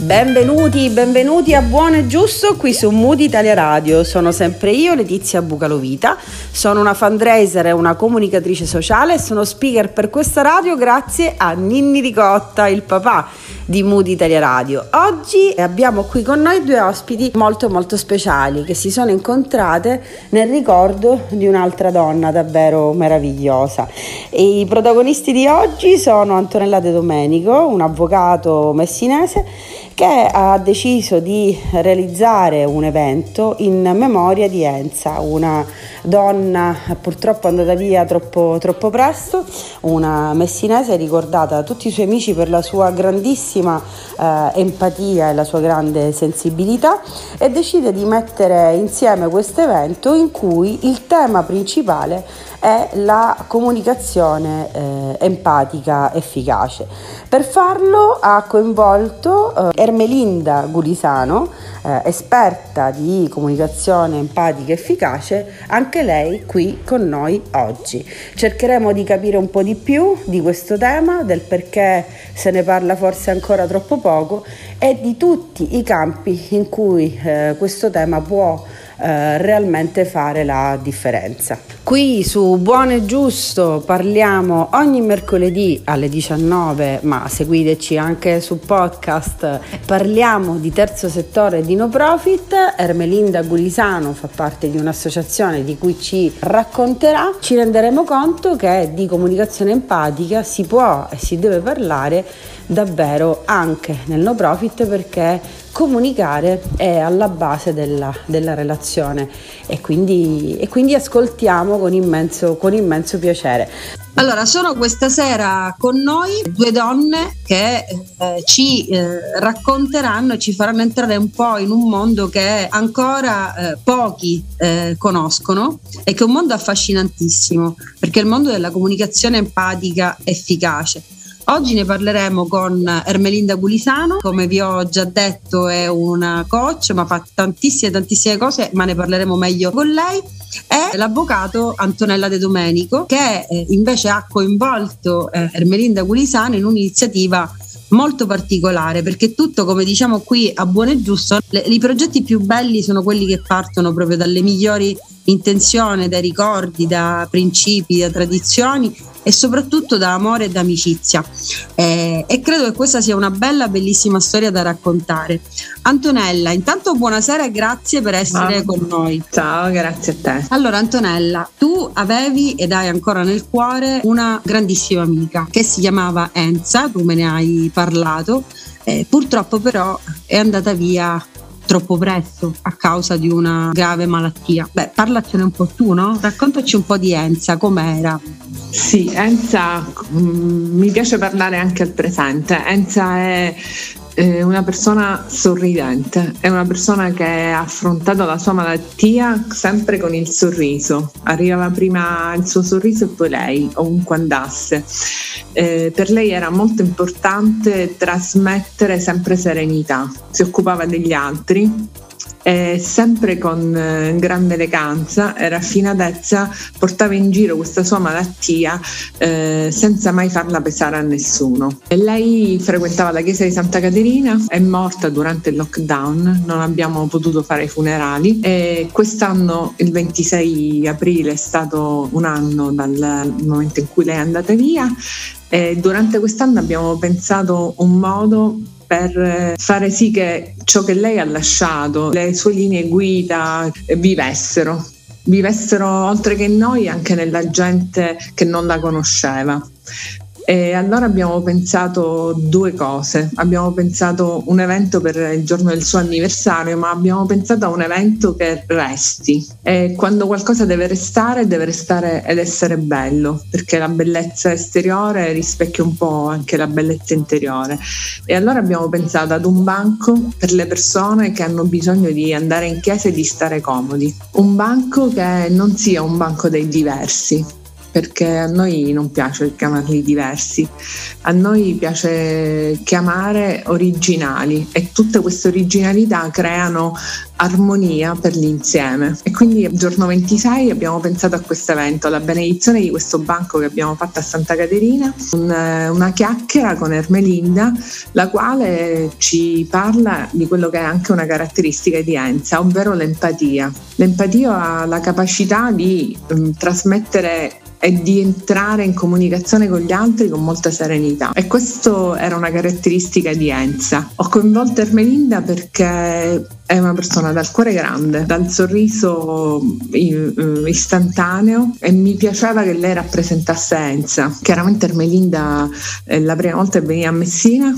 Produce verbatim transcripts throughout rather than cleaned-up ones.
Benvenuti, benvenuti a Buono e Giusto qui su Mood Italia Radio. Sono sempre io, Letizia Bucalovita, sono una fundraiser e una comunicatrice sociale e sono speaker per questa radio grazie a Ninni Ricotta, il papà di Mood Italia Radio. Oggi abbiamo qui con noi due ospiti molto molto speciali che si sono incontrate nel ricordo di un'altra donna davvero meravigliosa. E i protagonisti di oggi sono Antonella De Domenico, un avvocato messinese che ha deciso di realizzare un evento in memoria di Enza, una donna purtroppo andata via troppo, troppo presto, una messinese ricordata da tutti i suoi amici per la sua grandissima eh, empatia e la sua grande sensibilità, e decide di mettere insieme questo evento in cui il tema principale è la comunicazione eh, empatica efficace. Per farlo ha coinvolto eh, Ermelinda Gulisano, eh, esperta di comunicazione empatica efficace, anche lei qui con noi oggi. Cercheremo di capire un po' di più di questo tema, del perché se ne parla forse ancora troppo poco e di tutti i campi in cui eh, questo tema può Eh, realmente fare la differenza. Qui su Buono e Giusto parliamo ogni mercoledì alle diciannove, ma seguiteci anche su podcast. Parliamo di terzo settore e di no profit. Ermelinda Gulisano fa parte di un'associazione di cui ci racconterà. Ci renderemo conto che di comunicazione empatica si può e si deve parlare davvero anche nel no profit, perché comunicare è alla base della, della relazione e quindi, e quindi ascoltiamo con immenso, con immenso piacere. Allora, sono questa sera con noi due donne che eh, ci eh, racconteranno e ci faranno entrare un po' in un mondo che ancora eh, pochi eh, conoscono e che è un mondo affascinantissimo, perché è il mondo della comunicazione empatica efficace. Oggi ne parleremo con Ermelinda Gulisano, come vi ho già detto è una coach, ma fa tantissime tantissime cose, ma ne parleremo meglio con lei, e l'avvocato Antonella De Domenico, che eh, invece ha coinvolto eh, Ermelinda Gulisano in un'iniziativa molto particolare, perché tutto, come diciamo qui a Buono e Giusto, le, i progetti più belli sono quelli che partono proprio dalle migliori intenzioni, dai ricordi, da principi, da tradizioni e soprattutto da amore e da amicizia, eh, e credo che questa sia una bella, bellissima storia da raccontare. Antonella, intanto buonasera e grazie per essere Ciao. con noi. Ciao, grazie a te. Allora Antonella, tu avevi ed hai ancora nel cuore una grandissima amica che si chiamava Enza, tu me ne hai parlato, eh, purtroppo però è andata via troppo presto a causa di una grave malattia. Beh, parlacene un po' tu, no? Raccontaci un po' di Enza, com'era. Sì, Enza, mh, mi piace parlare anche al presente. Enza è eh, una persona sorridente, è una persona che ha affrontato la sua malattia sempre con il sorriso. Arrivava prima il suo sorriso e poi lei, ovunque andasse. Eh, per lei era molto importante trasmettere sempre serenità, si occupava degli altri e sempre con eh, grande eleganza e raffinatezza portava in giro questa sua malattia eh, senza mai farla pesare a nessuno. E lei frequentava la chiesa di Santa Caterina, è morta durante il lockdown, non abbiamo potuto fare i funerali e quest'anno il ventisei aprile è stato un anno dal momento in cui lei è andata via. E durante quest'anno abbiamo pensato un modo per fare sì che ciò che lei ha lasciato, le sue linee guida, vivessero, vivessero oltre che noi anche nella gente che non la conosceva. E allora abbiamo pensato due cose. Abbiamo pensato un evento per il giorno del suo anniversario, ma abbiamo pensato a un evento che resti. E quando qualcosa deve restare, deve restare ed essere bello, perché la bellezza esteriore rispecchia un po' anche la bellezza interiore. E allora abbiamo pensato ad un banco per le persone che hanno bisogno di andare in chiesa e di stare comodi. Un banco che non sia un banco dei diversi, perché a noi non piace chiamarli diversi, a noi piace chiamare originali, e tutte queste originalità creano armonia per l'insieme. E quindi il giorno ventisei abbiamo pensato a questo evento, alla benedizione di questo banco che abbiamo fatto a Santa Caterina, un, una chiacchiera con Ermelinda, la quale ci parla di quello che è anche una caratteristica di Enza, ovvero l'empatia. L'empatia ha la capacità di um, trasmettere e di entrare in comunicazione con gli altri con molta serenità, e questo era una caratteristica di Enza. Ho coinvolto Ermelinda perché è una persona dal cuore grande, dal sorriso istantaneo, e mi piaceva che lei rappresentasse Enza. Chiaramente Ermelinda eh, la prima volta che veniva a Messina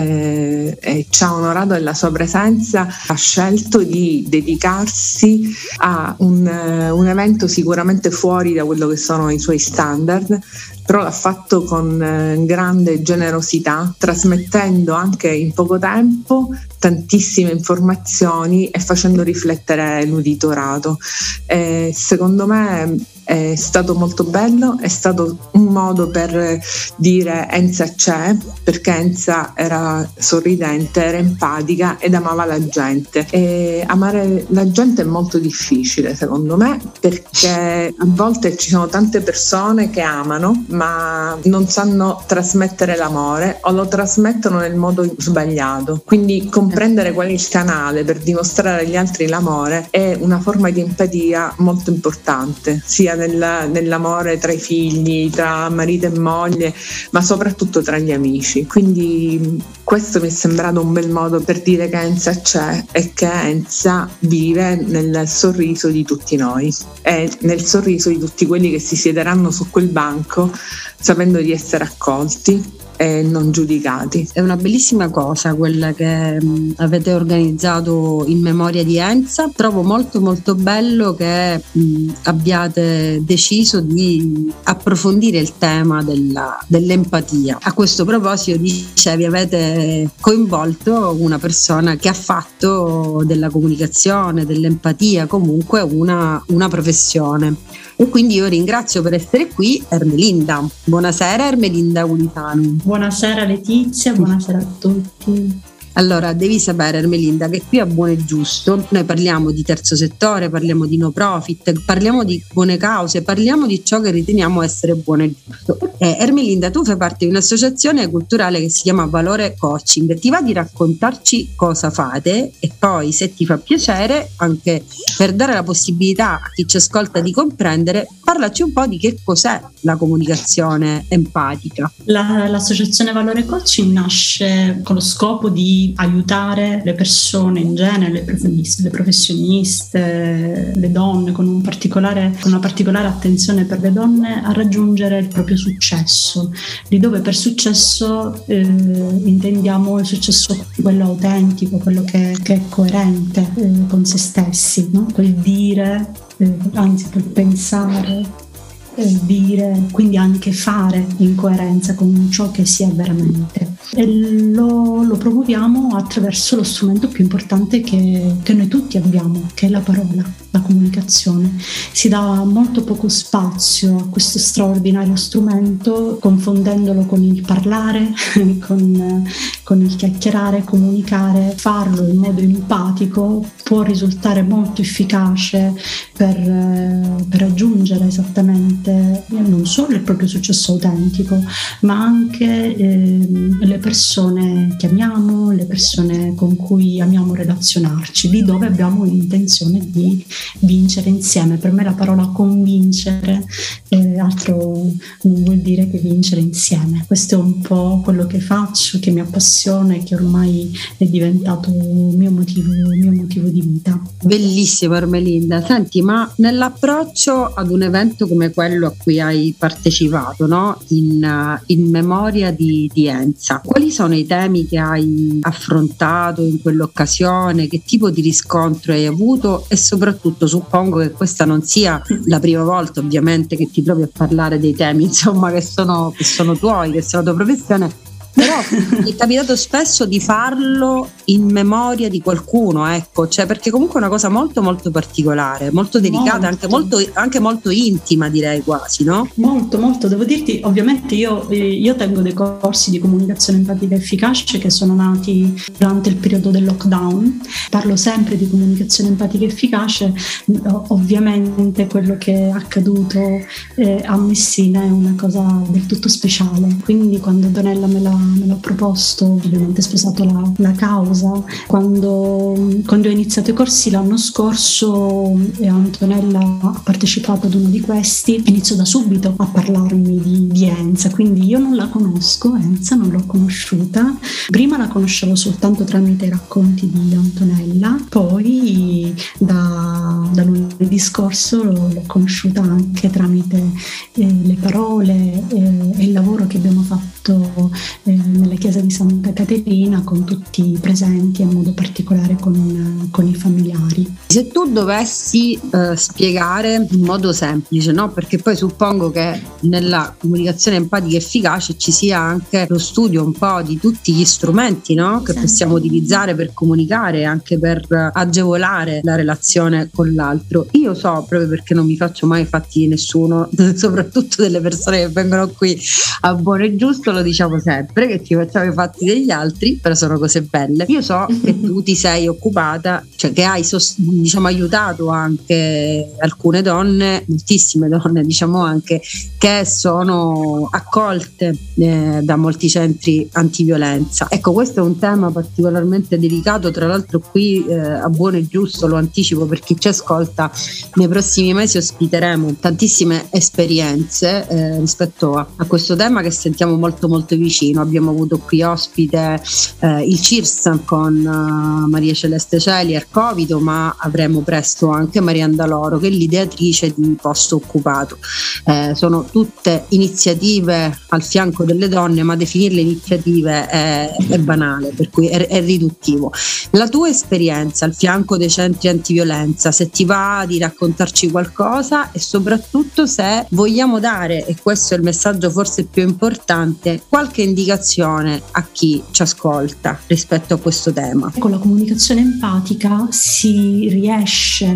eh, e ci ha onorato della sua presenza, ha scelto di dedicarsi a un, un evento sicuramente fuori da quello che sono i suoi standard, però l'ha fatto con eh, grande generosità, trasmettendo anche in poco tempo tantissime informazioni e facendo riflettere l'uditorato. Eh, secondo me è stato molto bello, è stato un modo per dire Enza c'è, perché Enza era sorridente, era empatica ed amava la gente. E amare la gente è molto difficile secondo me, perché a volte ci sono tante persone che amano ma non sanno trasmettere l'amore, o lo trasmettono nel modo sbagliato. Quindi comprendere qual è il canale per dimostrare agli altri l'amore è una forma di empatia molto importante, sia nel, nell'amore tra i figli, tra marito e moglie, ma soprattutto tra gli amici. Quindi questo mi è sembrato un bel modo per dire che Enza c'è e che Enza vive nel sorriso di tutti noi e nel sorriso di tutti quelli che si siederanno su quel banco sapendo di essere accolti e non giudicati. È una bellissima cosa quella che mh, avete organizzato in memoria di Enza. Trovo molto molto bello che mh, abbiate deciso di approfondire il tema della, dell'empatia. A questo proposito dicevi avete coinvolto una persona che ha fatto della comunicazione, dell'empatia comunque una, una professione. E quindi io ringrazio per essere qui Ermelinda. Buonasera Ermelinda Gulisani. Buonasera Letizia, buonasera a tutti. Allora, devi sapere Ermelinda che qui a Buono e Giusto noi parliamo di terzo settore, parliamo di no profit, parliamo di buone cause, parliamo di ciò che riteniamo essere buono e giusto. Eh, Ermelinda, tu fai parte di un'associazione culturale che si chiama Valore Coaching. Ti va di raccontarci cosa fate e poi, se ti fa piacere, anche per dare la possibilità a chi ci ascolta di comprendere, parlaci un po' di che cos'è la comunicazione empatica. La, l'associazione Valore Coaching nasce con lo scopo di aiutare le persone in genere, le professioniste, le, professioniste, le donne, con, un particolare, con una particolare attenzione per le donne, a raggiungere il proprio successo, di dove per successo eh, intendiamo il successo quello autentico, quello che, che è coerente eh, con se stessi, no? Quel dire, eh, anzi quel pensare, eh, dire, quindi anche fare in coerenza con ciò che si è veramente. E lo, lo promuoviamo attraverso lo strumento più importante che, che noi tutti abbiamo, che è la parola, la comunicazione. Si dà molto poco spazio a questo straordinario strumento, confondendolo con il parlare, con, con il chiacchierare, comunicare. Farlo in modo empatico può risultare molto efficace per, per raggiungere esattamente non solo il proprio successo autentico, ma anche eh, le persone che amiamo, le persone con cui amiamo relazionarci, di dove abbiamo l'intenzione di vincere insieme. Per me la parola convincere eh, altro non vuol dire che vincere insieme. Questo è un po' quello che faccio, che mi appassiona e che ormai è diventato un mio motivo, un mio motivo di vita. Bellissimo Ermelinda. Senti, ma nell'approccio ad un evento come quello a cui hai partecipato, no? in, in memoria di, di Enza, quali sono i temi che hai affrontato in quell'occasione? Che tipo di riscontro hai avuto? E soprattutto suppongo che questa non sia la prima volta ovviamente che ti trovi a parlare dei temi insomma che sono, che sono tuoi, che sono la tua professione, Però mi è capitato spesso di farlo in memoria di qualcuno, ecco, cioè perché comunque è una cosa molto molto particolare, molto delicata, molto. Anche, molto, anche molto intima, direi quasi, no? Molto, molto, devo dirti, ovviamente io, io tengo dei corsi di comunicazione empatica efficace che sono nati durante il periodo del lockdown, parlo sempre di comunicazione empatica efficace, ovviamente quello che è accaduto eh, a Messina è una cosa del tutto speciale, quindi quando Antonella me l'ha me l'ho proposto, ovviamente sposato la, la causa. Quando, quando ho iniziato i corsi l'anno scorso e Antonella ha partecipato ad uno di questi, iniziò da subito a parlarmi di, di Enza, quindi io non la conosco, Enza non l'ho conosciuta, prima la conoscevo soltanto tramite i racconti di Antonella, poi da, da lunedì scorso l'ho, l'ho conosciuta anche tramite eh, le parole eh, e il lavoro che abbiamo fatto eh, nella chiesa di Santa Caterina con tutti i presenti e in modo particolare con, con i familiari. Se tu dovessi eh, spiegare in modo semplice, no? Perché poi suppongo che nella comunicazione empatica efficace ci sia anche lo studio un po' di tutti gli strumenti, no? Che sì. possiamo utilizzare per comunicare, anche per agevolare la relazione con l'altro. Io so, proprio perché non mi faccio mai fatti di nessuno, soprattutto delle persone che vengono qui a Buono e Giusto, lo diciamo sempre, che ci facciamo i fatti degli altri, però sono cose belle. Io so che tu ti sei occupata, cioè che hai sost- diciamo aiutato anche alcune donne, moltissime donne diciamo anche, che sono accolte eh, da molti centri antiviolenza. Ecco, questo è un tema particolarmente delicato, tra l'altro qui eh, a Buono e Giusto, lo anticipo per chi ci ascolta, nei prossimi mesi ospiteremo tantissime esperienze eh, rispetto a, a questo tema che sentiamo molto molto vicino. Abbiamo avuto qui ospite eh, il C I R S con uh, Maria Celeste Celi, Ercovito, ma avremo presto anche Maria Andaloro, che è l'ideatrice di Posto Occupato. Eh, sono tutte iniziative al fianco delle donne, ma definirle iniziative è, è banale, per cui è, è riduttivo. La tua esperienza al fianco dei centri antiviolenza, se ti va di raccontarci qualcosa, e soprattutto se vogliamo dare, e questo è il messaggio forse più importante, qualche indicazione a chi ci ascolta rispetto a questo tema. Con la comunicazione empatica si riesce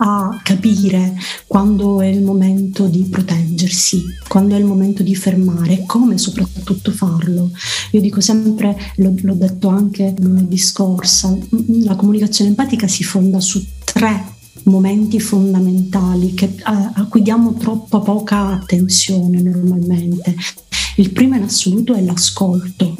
a capire quando è il momento di proteggersi, quando è il momento di fermare e come soprattutto farlo. Io dico sempre, l'ho, l'ho detto anche lunedì scorsa, la comunicazione empatica si fonda su tre momenti fondamentali che, a, a cui diamo troppo poca attenzione normalmente. Il primo in assoluto è l'ascolto.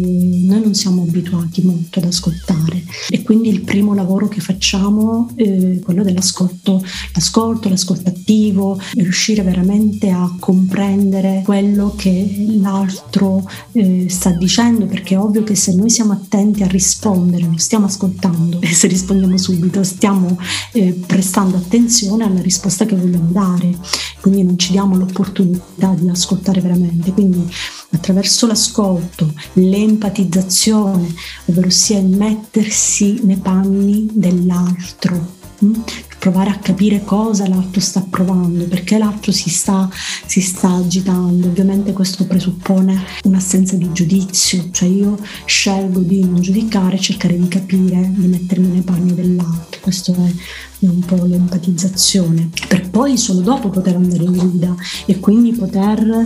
E noi non siamo abituati molto ad ascoltare e quindi il primo lavoro che facciamo è quello dell'ascolto, l'ascolto, l'ascolto attivo, e riuscire veramente a comprendere quello che l'altro eh, sta dicendo, perché è ovvio che se noi siamo attenti a rispondere, non stiamo ascoltando, e se rispondiamo subito stiamo eh, prestando attenzione alla risposta che vogliamo dare, quindi non ci diamo l'opportunità di ascoltare veramente. Quindi attraverso l'ascolto, l'empatizzazione, ovvero sia il mettersi nei panni dell'altro, mh? provare a capire cosa l'altro sta provando, perché l'altro si sta, si sta agitando. Ovviamente questo presuppone un'assenza di giudizio, cioè io scelgo di non giudicare, cercare di capire, di mettermi nei panni dell'altro. Questo è è un po' l'empatizzazione, per poi solo dopo poter andare in guida e quindi poter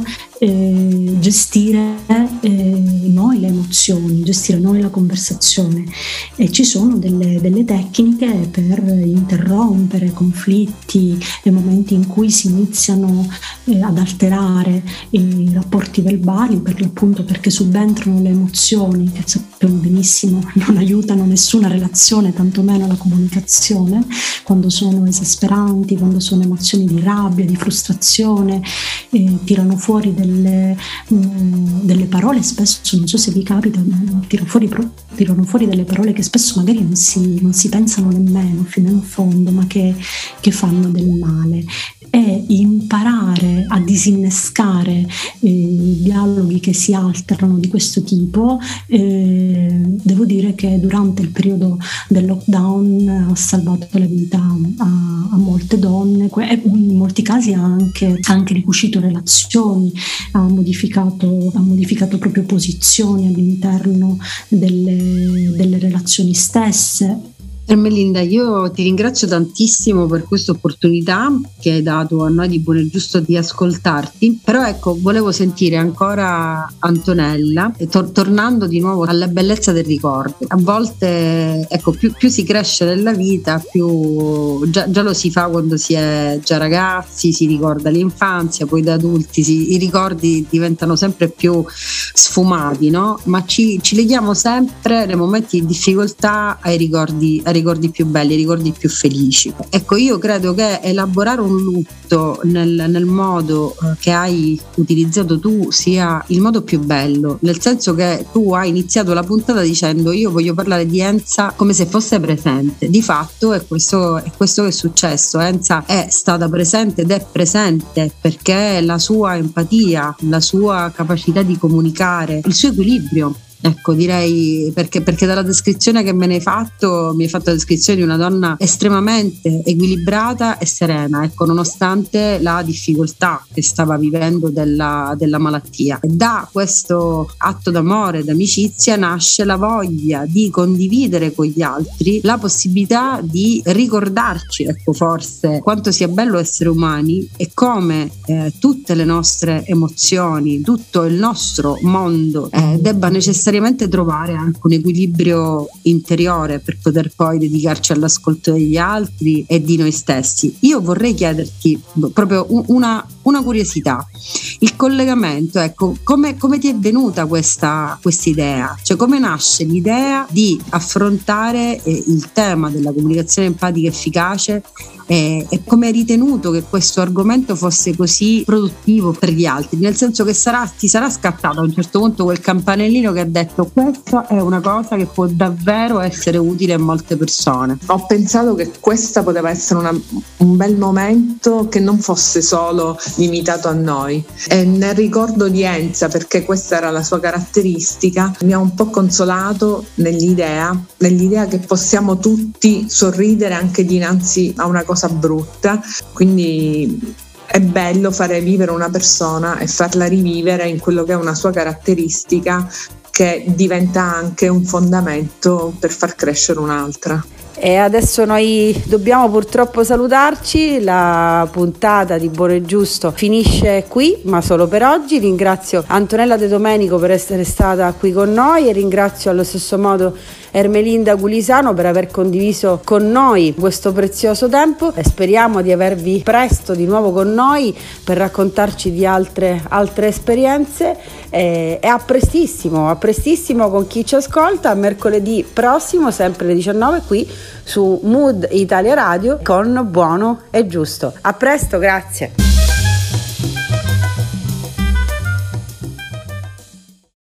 eh, gestire eh, noi le emozioni, gestire noi la conversazione. E ci sono delle, delle tecniche per interrompere conflitti e momenti in cui si iniziano eh, ad alterare i rapporti verbali, per l'appunto perché subentrano le emozioni che sappiamo benissimo non aiutano nessuna relazione, tantomeno la comunicazione, quando sono esasperanti, quando sono emozioni di rabbia, di frustrazione, eh, tirano fuori delle, mh, delle parole. Spesso, non so se vi capita, fuori, tirano fuori, tirano fuori delle parole che spesso magari non si, non si pensano nemmeno fino in fondo, ma che, che fanno del male. E imparare a disinnescare eh, dialoghi che si alterano di questo tipo, eh, devo dire che durante il periodo del lockdown ha salvato la vita a, a molte donne e in molti casi ha anche, anche ricucito relazioni, ha modificato, ha modificato proprio posizioni all'interno delle, delle relazioni stesse. Ermelinda, io ti ringrazio tantissimo per questa opportunità che hai dato a noi di Buono e Giusto di ascoltarti, però ecco, volevo sentire ancora Antonella, tor- tornando di nuovo alla bellezza del ricordo. A volte, ecco, più, più si cresce nella vita, più già, già lo si fa quando si è già ragazzi, si ricorda l'infanzia, poi da adulti si, i ricordi diventano sempre più sfumati, no? Ma ci, ci leghiamo sempre nei momenti di difficoltà ai ricordi, ai ricordi più belli, ai ricordi più felici. Ecco, io credo che elaborare un lutto nel, nel modo eh, che hai utilizzato tu sia il modo più bello, nel senso che tu hai iniziato la puntata dicendo io voglio parlare di Enza come se fosse presente. Di fatto è questo, è questo che è successo. Enza è stata presente ed è presente perché la sua empatia, la sua capacità di comunicare, il suo equilibrio, ecco, direi, perché, perché dalla descrizione che me ne hai fatto mi hai fatto la descrizione di una donna estremamente equilibrata e serena, ecco, nonostante la difficoltà che stava vivendo della, della malattia. E da questo atto d'amore, d'amicizia, nasce la voglia di condividere con gli altri la possibilità di ricordarci, ecco, forse quanto sia bello essere umani e come eh, tutte le nostre emozioni, tutto il nostro mondo eh, debba necessariamente trovare anche un equilibrio interiore per poter poi dedicarci all'ascolto degli altri e di noi stessi. Io vorrei chiederti proprio una, una curiosità, il collegamento, ecco, come, come ti è venuta questa idea? Cioè, come nasce l'idea di affrontare eh, il tema della comunicazione empatica efficace e, e come hai ritenuto che questo argomento fosse così produttivo per gli altri? Nel senso che sarà, ti sarà scattato a un certo punto quel campanellino che ha detto questa è una cosa che può davvero essere utile a molte persone. Ho pensato che questa poteva essere una, un bel momento che non fosse solo limitato a noi. E nel ricordo di Enza, perché questa era la sua caratteristica, mi ha un po' consolato nell'idea, nell'idea che possiamo tutti sorridere anche dinanzi a una cosa brutta, quindi è bello fare vivere una persona e farla rivivere in quello che è una sua caratteristica che diventa anche un fondamento per far crescere un'altra. E adesso noi dobbiamo purtroppo salutarci, la puntata di Buono e Giusto finisce qui, ma solo per oggi. Ringrazio Antonella De Domenico per essere stata qui con noi e ringrazio allo stesso modo Ermelinda Gulisano per aver condiviso con noi questo prezioso tempo e speriamo di avervi presto di nuovo con noi per raccontarci di altre, altre esperienze e, e a prestissimo, a prestissimo con chi ci ascolta, a mercoledì prossimo sempre alle diciannove qui su Mood Italia Radio con Buono e Giusto. A presto, grazie.